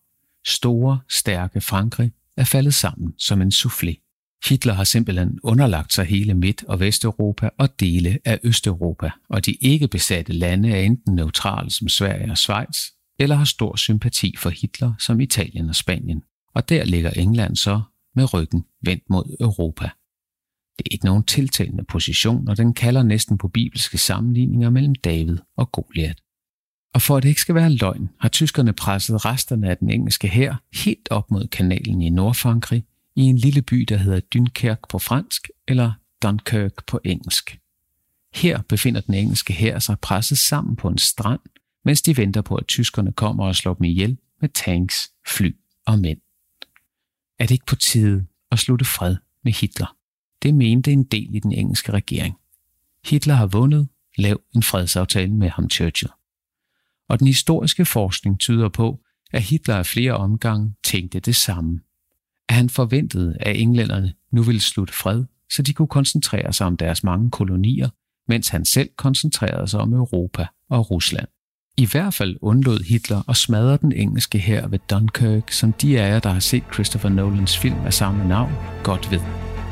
Store, stærke Frankrig er faldet sammen som en soufflé. Hitler har simpelthen underlagt sig hele Midt- og Vesteuropa og dele af Østeuropa, og de ikke besatte lande er enten neutrale som Sverige og Schweiz, eller har stor sympati for Hitler som Italien og Spanien. Og der ligger England så med ryggen vendt mod Europa. Det er ikke nogen tiltalende position, og den kalder næsten på bibelske sammenligninger mellem David og Goliat. Og for at det ikke skal være løgn, har tyskerne presset resterne af den engelske hær helt op mod kanalen i Nordfrankrig, i en lille by, der hedder Dunkerque på fransk eller Dunkirk på engelsk. Her befinder den engelske hær sig presset sammen på en strand, mens de venter på, at tyskerne kommer og slår dem ihjel med tanks, fly og mænd. Er det ikke på tide at slutte fred med Hitler? Det mente en del i den engelske regering. Hitler har vundet, lav en fredsaftale med ham Churchill. Og den historiske forskning tyder på, at Hitler af flere omgange tænkte det samme. At han forventede, at englænderne nu ville slutte fred, så de kunne koncentrere sig om deres mange kolonier, mens han selv koncentrerede sig om Europa og Rusland. I hvert fald undlod Hitler at smadre den engelske hær ved Dunkirk, som de af jer, der har set Christopher Nolans film af samme navn, godt ved.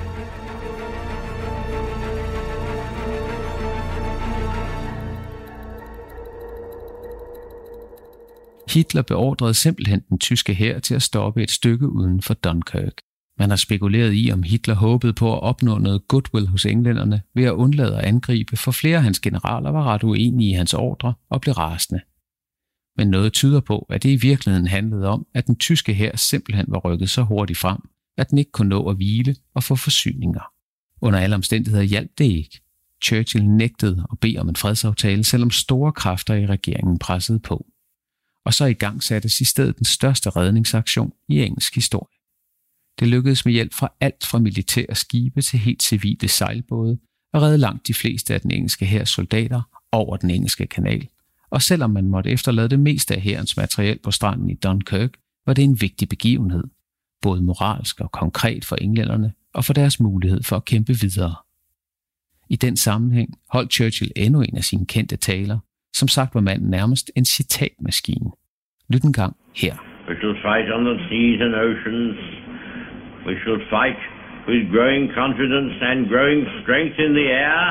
Hitler beordrede simpelthen den tyske hær til at stoppe et stykke uden for Dunkirk. Man har spekuleret i, om Hitler håbede på at opnå noget goodwill hos englænderne ved at undlade at angribe, for flere af hans generaler var ret uenige i hans ordre og blev rasende. Men noget tyder på, at det i virkeligheden handlede om, at den tyske hær simpelthen var rykket så hurtigt frem, at den ikke kunne nå at hvile og få forsyninger. Under alle omstændigheder hjalp det ikke. Churchill nægtede at bede om en fredsaftale, selvom store kræfter i regeringen pressede på. Og så i gang sattes i stedet den største redningsaktion i engelsk historie. Det lykkedes med hjælp fra alt fra militære skibe til helt civile sejlbåde at redde langt de fleste af den engelske hærs soldater over den engelske kanal. Og selvom man måtte efterlade det meste af hærens materiel på stranden i Dunkirk, var det en vigtig begivenhed, både moralsk og konkret for englænderne og for deres mulighed for at kæmpe videre. I den sammenhæng holdt Churchill endnu en af sine kendte taler. Som sagt var manden nærmest en citatmaskine. Lyt en gang her. We shall fight on the seas and oceans. We shall fight with growing confidence and growing strength in the air.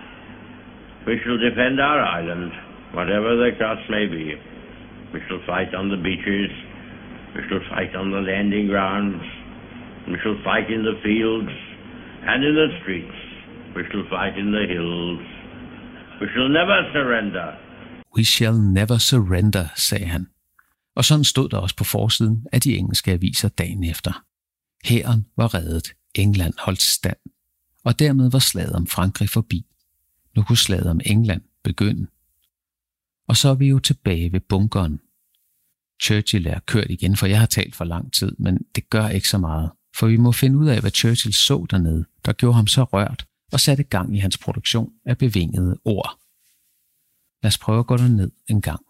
We shall defend our island, whatever the cost may be. We shall fight on the beaches. We shall fight on the landing grounds. We shall fight in the fields and in the streets. We shall fight in the hills. We shall never surrender. We shall never surrender, sagde han. Og sådan stod der også på forsiden af de engelske aviser dagen efter. Hæren var reddet, England holdt stand, og dermed var slaget om Frankrig forbi. Nu kunne slaget om England begynde. Og så er vi jo tilbage ved bunkeren. Churchill er kørt igen, for jeg har talt for lang tid, men det gør ikke så meget. For vi må finde ud af, hvad Churchill så dernede, der gjorde ham så rørt og satte gang i hans produktion af bevingede ord. Lad os prøve at gå derned en gang.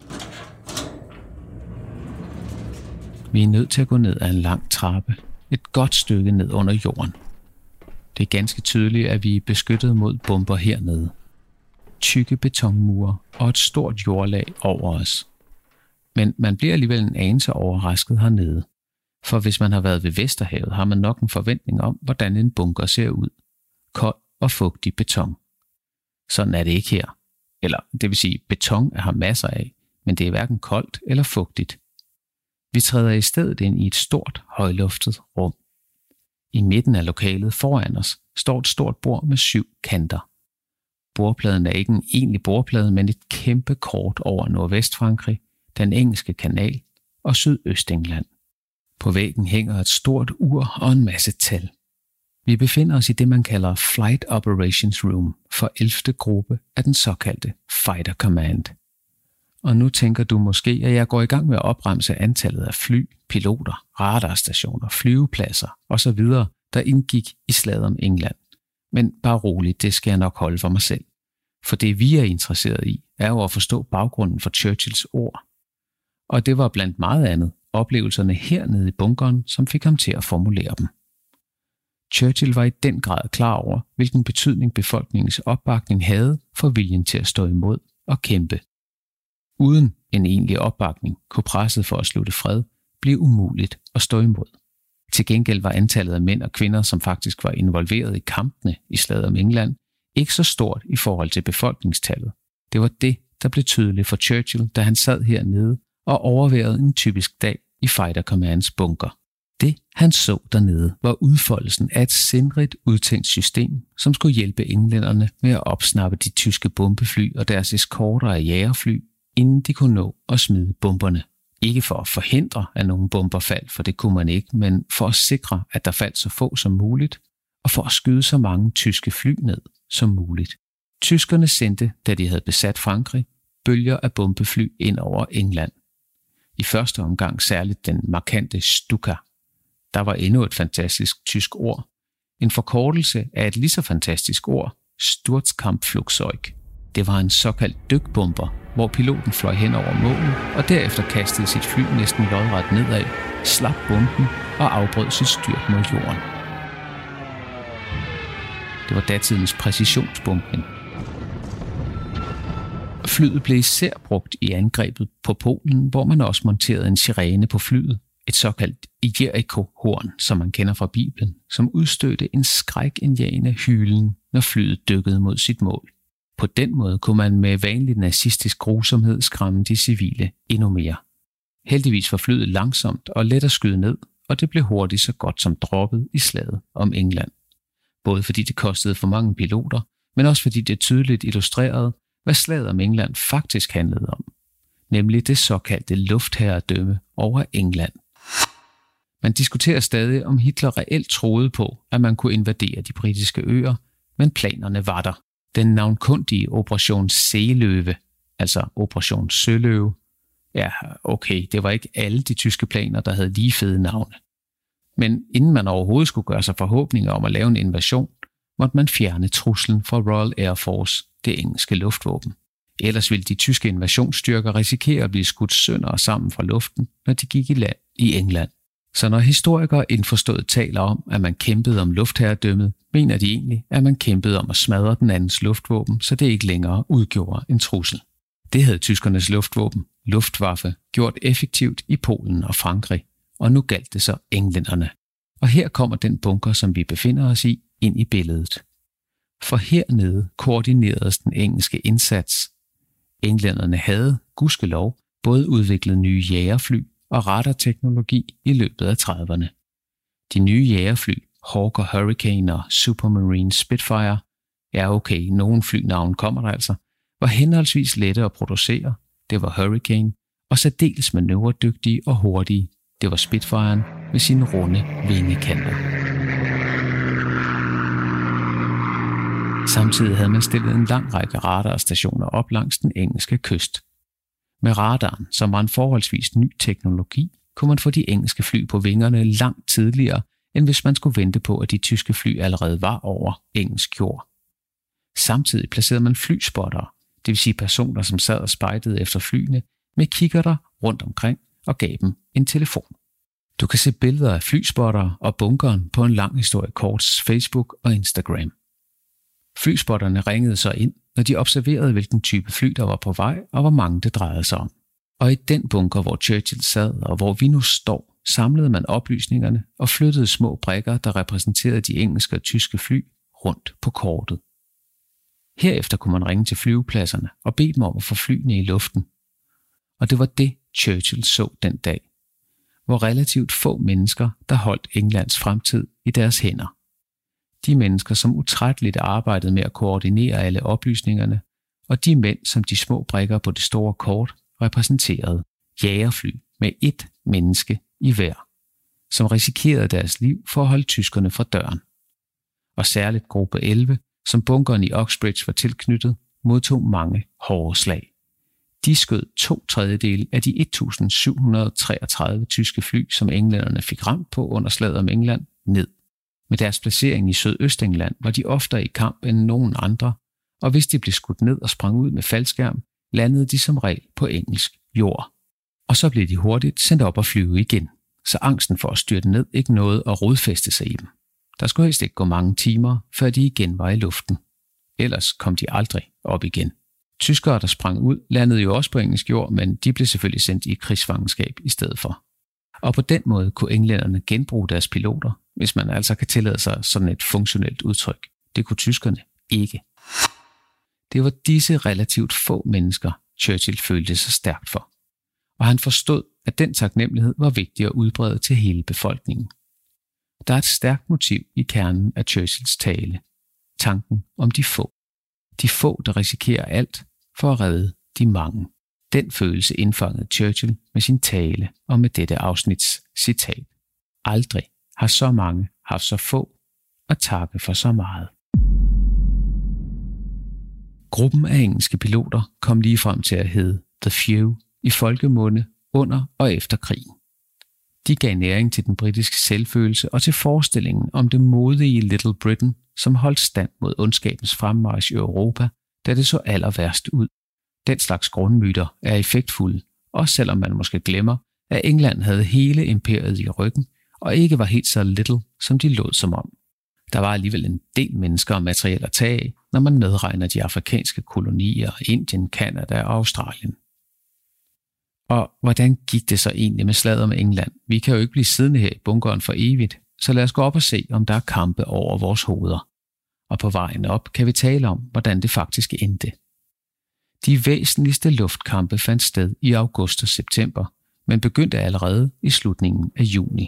Vi er nødt til at gå ned ad en lang trappe, et godt stykke ned under jorden. Det er ganske tydeligt, at vi er beskyttet mod bomber hernede. Tykke betonmure og et stort jordlag over os. Men man bliver alligevel en anelse overrasket hernede. For hvis man har været ved Vesterhavet, har man nok en forventning om, hvordan en bunker ser ud. Kold og fugtig beton. Sådan er det ikke her. Eller det vil sige, beton er har masser af, men det er hverken koldt eller fugtigt. Vi træder i stedet ind i et stort, højluftet rum. I midten af lokalet foran os står et stort bord med syv kanter. Bordpladen er ikke en egentlig bordplade, men et kæmpe kort over Nordvestfrankrig, den engelske kanal og Sydøstengland. På væggen hænger et stort ur og en masse tal. Vi befinder os i det, man kalder Flight Operations Room for ellevte gruppe af den såkaldte Fighter Command. Og nu tænker du måske, at jeg går i gang med at opremse antallet af fly, piloter, radarstationer, flyvepladser osv., der indgik i slaget om England. Men bare roligt, det skal jeg nok holde for mig selv. For det vi er interesseret i, er jo at forstå baggrunden for Churchills ord. Og det var blandt meget andet oplevelserne hernede i bunkeren, som fik ham til at formulere dem. Churchill var i den grad klar over, hvilken betydning befolkningens opbakning havde for viljen til at stå imod og kæmpe. Uden en egentlig opbakning kunne presset for at slutte fred blive umuligt at stå imod. Til gengæld var antallet af mænd og kvinder, som faktisk var involveret i kampene i slaget om England, ikke så stort i forhold til befolkningstallet. Det var det, der blev tydeligt for Churchill, da han sad hernede og overværede en typisk dag i Fighter Commands bunker. Det, han så dernede, var udfoldelsen af et sindrigt udtænkt system, som skulle hjælpe englænderne med at opsnappe de tyske bombefly og deres eskorter af jagerfly, inden de kunne nå at smide bomberne. Ikke for at forhindre, at nogen bomber faldt, for det kunne man ikke, men for at sikre, at der faldt så få som muligt, og for at skyde så mange tyske fly ned som muligt. Tyskerne sendte, da de havde besat Frankrig, bølger af bombefly ind over England. I første omgang særligt den markante Stuka. Der var endnu et fantastisk tysk ord. En forkortelse af et lige så fantastisk ord, Sturzkampfflugzeug. Det var en såkaldt dykbomber, hvor piloten fløj hen over målet og derefter kastede sit fly næsten lodret nedad, slap bomben og afbrød sit styrt mod jorden. Det var datidens præcisionsbombning. Flyet blev især brugt i angrebet på Polen, hvor man også monterede en sirene på flyet, et såkaldt Jericho-horn, som man kender fra Bibelen, som udstødte en skrækindjagende hylen, når flyet dykkede mod sit mål. På den måde kunne man med vanlig nazistisk grusomhed skræmme de civile endnu mere. Heldigvis var flyet langsomt og let at skyde ned, og det blev hurtigt så godt som droppet i slaget om England. Både fordi det kostede for mange piloter, men også fordi det tydeligt illustrerede, hvad slaget om England faktisk handlede om, nemlig det såkaldte luftherredømme over England. Man diskuterer stadig, om Hitler reelt troede på, at man kunne invadere de britiske øer, men planerne var der. Den navnkundige Operation Seeløve, altså Operation Søløve. Ja, okay, det var ikke alle de tyske planer, der havde lige fede navne. Men inden man overhovedet skulle gøre sig forhåbninger om at lave en invasion, måtte man fjerne truslen fra Royal Air Force, det engelske luftvåben. Ellers ville de tyske invasionsstyrker risikere at blive skudt sønder og sammen fra luften, når de gik i land i England. Så når historikere indforstået taler om, at man kæmpede om luftherredømmet, mener de egentlig, at man kæmpede om at smadre den andens luftvåben, så det ikke længere udgjorde en trussel. Det havde tyskernes luftvåben, Luftwaffe, gjort effektivt i Polen og Frankrig, og nu galt det så englænderne. Og her kommer den bunker, som vi befinder os i, ind i billedet. For hernede koordineredes den engelske indsats. Englænderne havde, gudskelov, både udviklet nye jagerfly og radarteknologi i løbet af trediverne. De nye jagerfly, Hawker Hurricane og Supermarine Spitfire, ja okay, nogle flynavn kommer der altså, var henholdsvis lette at producere, det var Hurricane, og særdeles manøvredygtige og hurtige, det var Spitfiren med sine runde vingekanter. Samtidig havde man stillet en lang række radarstationer op langs den engelske kyst. Med radaren, som var en forholdsvis ny teknologi, kunne man få de engelske fly på vingerne langt tidligere, end hvis man skulle vente på, at de tyske fly allerede var over engelsk jord. Samtidig placerede man flyspottere, det vil sige personer, som sad og spejdede efter flyene, med kikkerter rundt omkring og gav dem en telefon. Du kan se billeder af flyspottere og bunkeren på en lang historie korts Facebook og Instagram. Flyspotterne ringede så ind, når de observerede, hvilken type fly der var på vej, og hvor mange det drejede sig om. Og i den bunker, hvor Churchill sad, og hvor vi nu står, samlede man oplysningerne og flyttede små brikker, der repræsenterede de engelske og tyske fly, rundt på kortet. Herefter kunne man ringe til flyvepladserne og bede dem om at få flyene i luften. Og det var det, Churchill så den dag, hvor relativt få mennesker, der holdt Englands fremtid i deres hænder. De mennesker, som utrætteligt arbejdede med at koordinere alle oplysningerne, og de mænd, som de små brikker på det store kort repræsenterede, jagerfly med ét menneske i hver, som risikerede deres liv for at holde tyskerne fra døren. Og særligt gruppe elleve, som bunkeren i Uxbridge var tilknyttet, modtog mange hårde slag. De skød to tredjedele af de et tusind syv hundrede treogtredive tyske fly, som englænderne fik ramt på under slaget om England, ned. Med deres placering i Sydøstengland var de oftere i kamp end nogen andre, og hvis de blev skudt ned og sprang ud med faldskærm, landede de som regel på engelsk jord. Og så blev de hurtigt sendt op og flyve igen, så angsten for at styrte ned ikke nåede at rodfæste sig i dem. Der skulle helst ikke gå mange timer, før de igen var i luften. Ellers kom de aldrig op igen. Tyskere, der sprang ud, landede jo også på engelsk jord, men de blev selvfølgelig sendt i krigsfangenskab i stedet for. Og på den måde kunne englænderne genbruge deres piloter, hvis man altså kan tillade sig sådan et funktionelt udtryk. Det kunne tyskerne ikke. Det var disse relativt få mennesker, Churchill følte sig stærkt for. Og han forstod, at den taknemmelighed var vigtig at udbrede til hele befolkningen. Der er et stærkt motiv i kernen af Churchills tale. Tanken om de få. De få, der risikerer alt for at redde de mange. Den følelse indfangede Churchill med sin tale og med dette afsnits citat. Aldrig har så mange haft så få at takke for så meget. Gruppen af engelske piloter kom lige frem til at hedde The Few i folkemunde under og efter krigen. De gav næring til den britiske selvfølelse og til forestillingen om det modige Little Britain, som holdt stand mod ondskabens fremmarch i Europa, da det så aller værst ud. Den slags grundmyter er effektfulde, også selvom man måske glemmer, at England havde hele imperiet i ryggen og ikke var helt så little, som de lod som om. Der var alligevel en del mennesker og materiel at tage af, når man medregner de afrikanske kolonier, Indien, Canada og Australien. Og hvordan gik det så egentlig med slaget om England? Vi kan jo ikke blive siddende her i bunkeren for evigt, så lad os gå op og se, om der er kampe over vores hoveder. Og på vejen op kan vi tale om, hvordan det faktisk endte. De væsentligste luftkampe fandt sted i august og september, men begyndte allerede i slutningen af juni.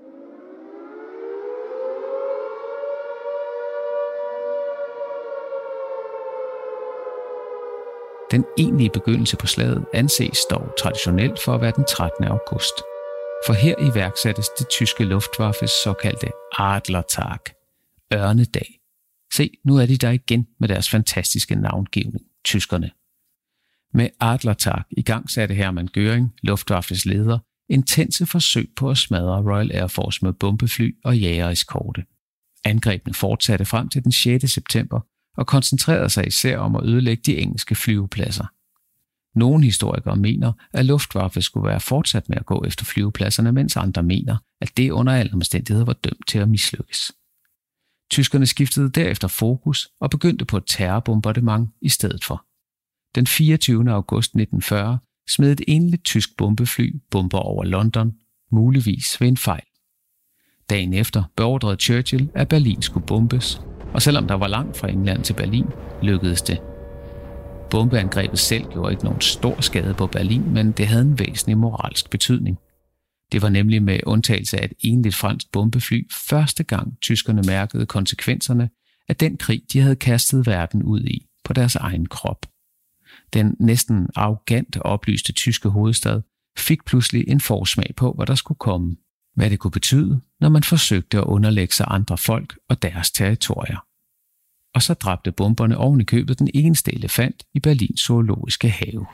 Den egentlige begyndelse på slaget anses dog traditionelt for at være den trettende august. For her iværksattes det tyske Luftwaffes såkaldte Adlertag, ørnedag. Se, nu er de der igen med deres fantastiske navngivning, tyskerne. Med Adlertag igangsatte Hermann Göring, Luftwaffes leder, intense forsøg på at smadre Royal Air Force med bombefly og jagereskorte. Angrebene fortsatte frem til den sjette september og koncentrerede sig især om at ødelægge de engelske flyvepladser. Nogle historikere mener, at Luftwaffe skulle være fortsat med at gå efter flyvepladserne, mens andre mener, at det under alle omstændigheder var dømt til at mislykkes. Tyskerne skiftede derefter fokus og begyndte på et terrorbombardement i stedet for. Den fireogtyvende august nitten fyrre smed et enligt tysk bombefly bomber over London, muligvis ved en fejl. Dagen efter beordrede Churchill, at Berlin skulle bombes, og selvom der var langt fra England til Berlin, lykkedes det. Bombeangrebet selv gjorde ikke nogen stor skade på Berlin, men det havde en væsentlig moralsk betydning. Det var nemlig med undtagelse af et enligt fransk bombefly første gang tyskerne mærkede konsekvenserne af den krig, de havde kastet verden ud i på deres egen krop. Den næsten arrogant oplyste tyske hovedstad fik pludselig en forsmag på, hvad der skulle komme. Hvad det kunne betyde, når man forsøgte at underlægge sig andre folk og deres territorier. Og så dræbte bomberne oven i købet den eneste elefant i Berlins zoologiske have.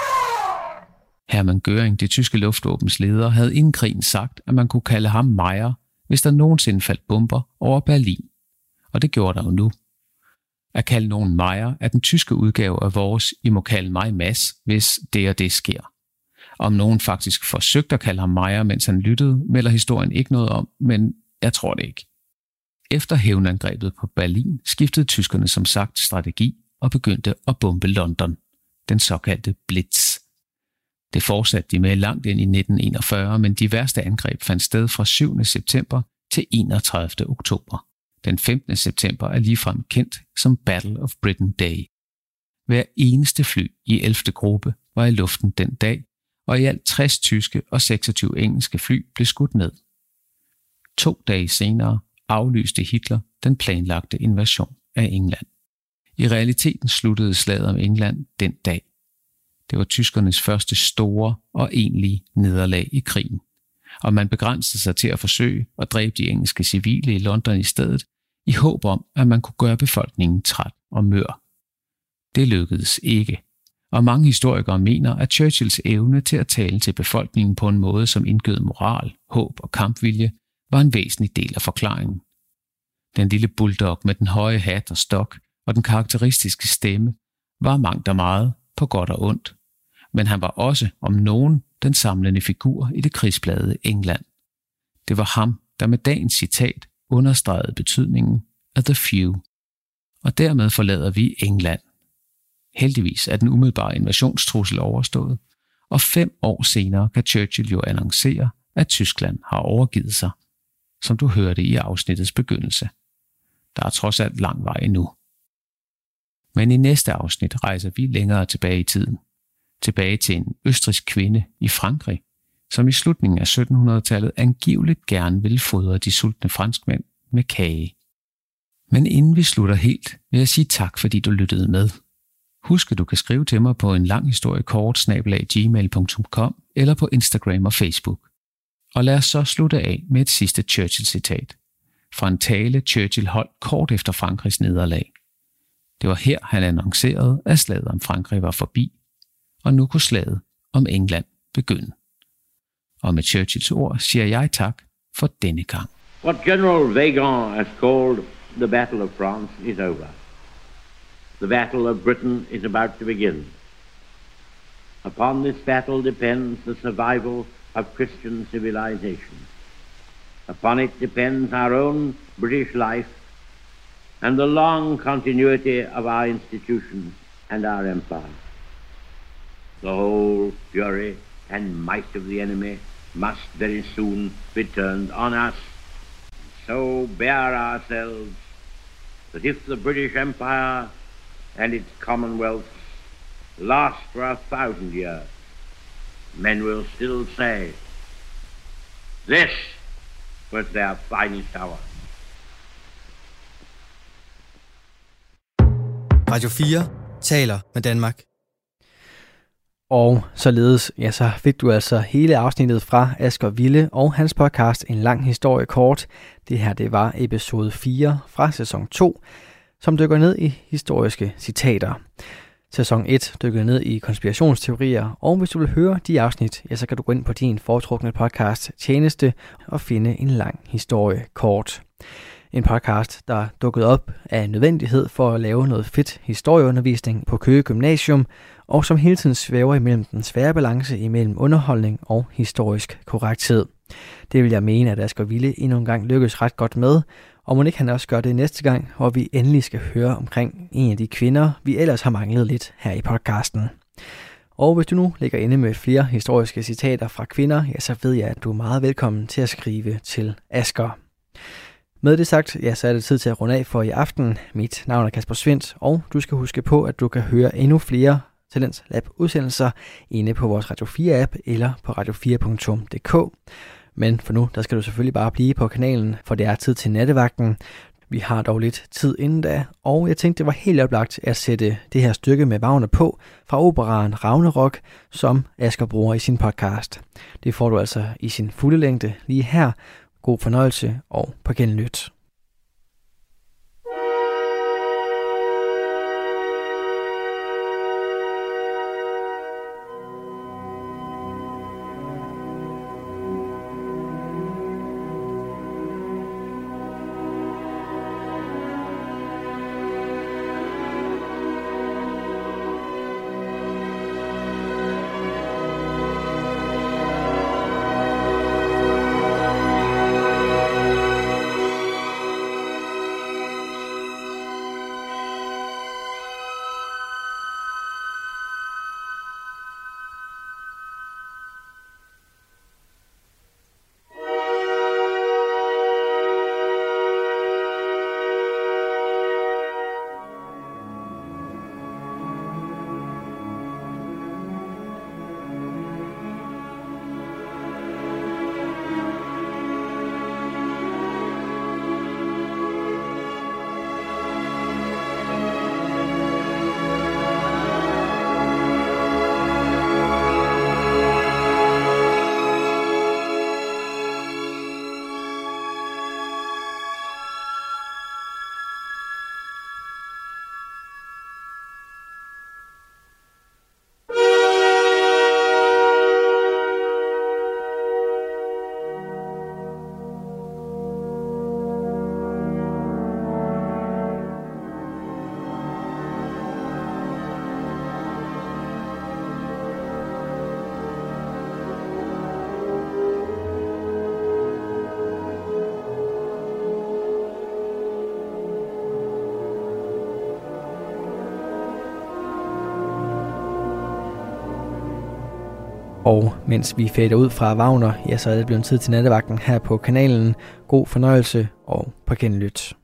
Hermann Göring, det tyske luftvåbens leder, havde inden krigen sagt, at man kunne kalde ham Meyer, hvis der nogensinde faldt bomber over Berlin. Og det gjorde der jo nu. At kalde nogen Meyer er den tyske udgave af vores "I må kalde mig Mads, hvis det og det sker". Om nogen faktisk forsøgte at kalde ham Meyer, mens han lyttede, melder historien ikke noget om, men jeg tror det ikke. Efter hævnangrebet på Berlin skiftede tyskerne som sagt strategi og begyndte at bombe London, den såkaldte Blitz. Det fortsatte de med langt ind i nitten enogfyrre, men de værste angreb fandt sted fra syvende september til enogtredivte oktober. Den femtende september er ligefrem kendt som Battle of Britain Day. Hver eneste fly i ellevte gruppe var i luften den dag, og i alt tres tyske og seksogtyve engelske fly blev skudt ned. To dage senere aflyste Hitler den planlagte invasion af England. I realiteten sluttede slaget om England den dag. Det var tyskernes første store og egentlige nederlag i krigen, og man begrænsede sig til at forsøge at dræbe de engelske civile i London i stedet, i håb om, at man kunne gøre befolkningen træt og mør. Det lykkedes ikke, og mange historikere mener, at Churchills evne til at tale til befolkningen på en måde, som indgød moral, håb og kampvilje, var en væsentlig del af forklaringen. Den lille bulldog med den høje hat og stok og den karakteristiske stemme var mangt og meget på godt og ondt, men han var også, om nogen, den samlende figur i det krigsplagede England. Det var ham, der med dagens citat understregede betydningen af The Few. Og dermed forlader vi England. Heldigvis er den umiddelbare invasionstrussel overstået, og fem år senere kan Churchill jo annoncere, at Tyskland har overgivet sig, som du hørte i afsnittets begyndelse. Der er trods alt lang vej endnu. Men i næste afsnit rejser vi længere tilbage i tiden. Tilbage til en østrigsk kvinde i Frankrig, som i slutningen af syttenhundredetallet angiveligt gerne ville fodre de sultne franskmænd med kage. Men inden vi slutter helt, vil jeg sige tak, fordi du lyttede med. Husk, at du kan skrive til mig på en lang historie kort snabel-a gmail punktum com eller på Instagram og Facebook. Og lad os så slutte af med et sidste Churchill-citat fra en tale, Churchill holdt kort efter Frankrigs nederlag. Det var her, han annoncerede, at slaget om Frankrig var forbi, og nu kunne slaget om England begynde. Og med Churchills ord siger jeg tak for denne gang. What General Weygand has called the Battle of France is over. The battle of Britain is about to begin. Upon this battle depends the survival of Christian civilization. Upon it depends our own British life and the long continuity of our institutions and our empire. The whole fury and might of the enemy must very soon be turned on us. So bear ourselves that if the British Empire and its commonwealths last for a thousand years, men will still say, this was their finest hour. Radio fire taler med Danmark. Og således, ja, så fik du altså hele afsnittet fra Asger Wille og hans podcast En lang historie kort. Det her, det var episode fire fra sæson to, som dykker ned i historiske citater. Sæson et dykker ned i konspirationsteorier, og hvis du vil høre de afsnit, ja, så kan du gå ind på din foretrukne podcast tjeneste og finde En lang historie kort. En podcast, der dukkede op af nødvendighed for at lave noget fedt historieundervisning på Køge Gymnasium, og som hele tiden svæver imellem den svære balance imellem underholdning og historisk korrekthed. Det vil jeg mene, at Asger Wille endnu en gang lykkes ret godt med, og må ikke han også gøre det næste gang, hvor vi endelig skal høre omkring en af de kvinder, vi ellers har manglet lidt her i podcasten. Og hvis du nu ligger inde med flere historiske citater fra kvinder, ja, så ved jeg, at du er meget velkommen til at skrive til Asger. Med det sagt, ja, så er det tid til at runde af for i aften. Mit navn er Kasper Svendt, og du skal huske på, at du kan høre endnu flere Talents Lab udsendelser inde på vores Radio fire app eller på radio fire punktum d k. Men for nu, der skal du selvfølgelig bare blive på kanalen, for det er tid til nattevagten. Vi har dog lidt tid inden da, og jeg tænkte, det var helt oplagt at sætte det her stykke med Wagner på fra operaen Ragnarok, som Asger bruger i sin podcast. Det får du altså i sin fulde længde lige her. God fornøjelse og på genlyt. Og mens vi fader ud fra Wagner, ja, så er det blevet tid til nattevagten her på kanalen. God fornøjelse og på genlyt.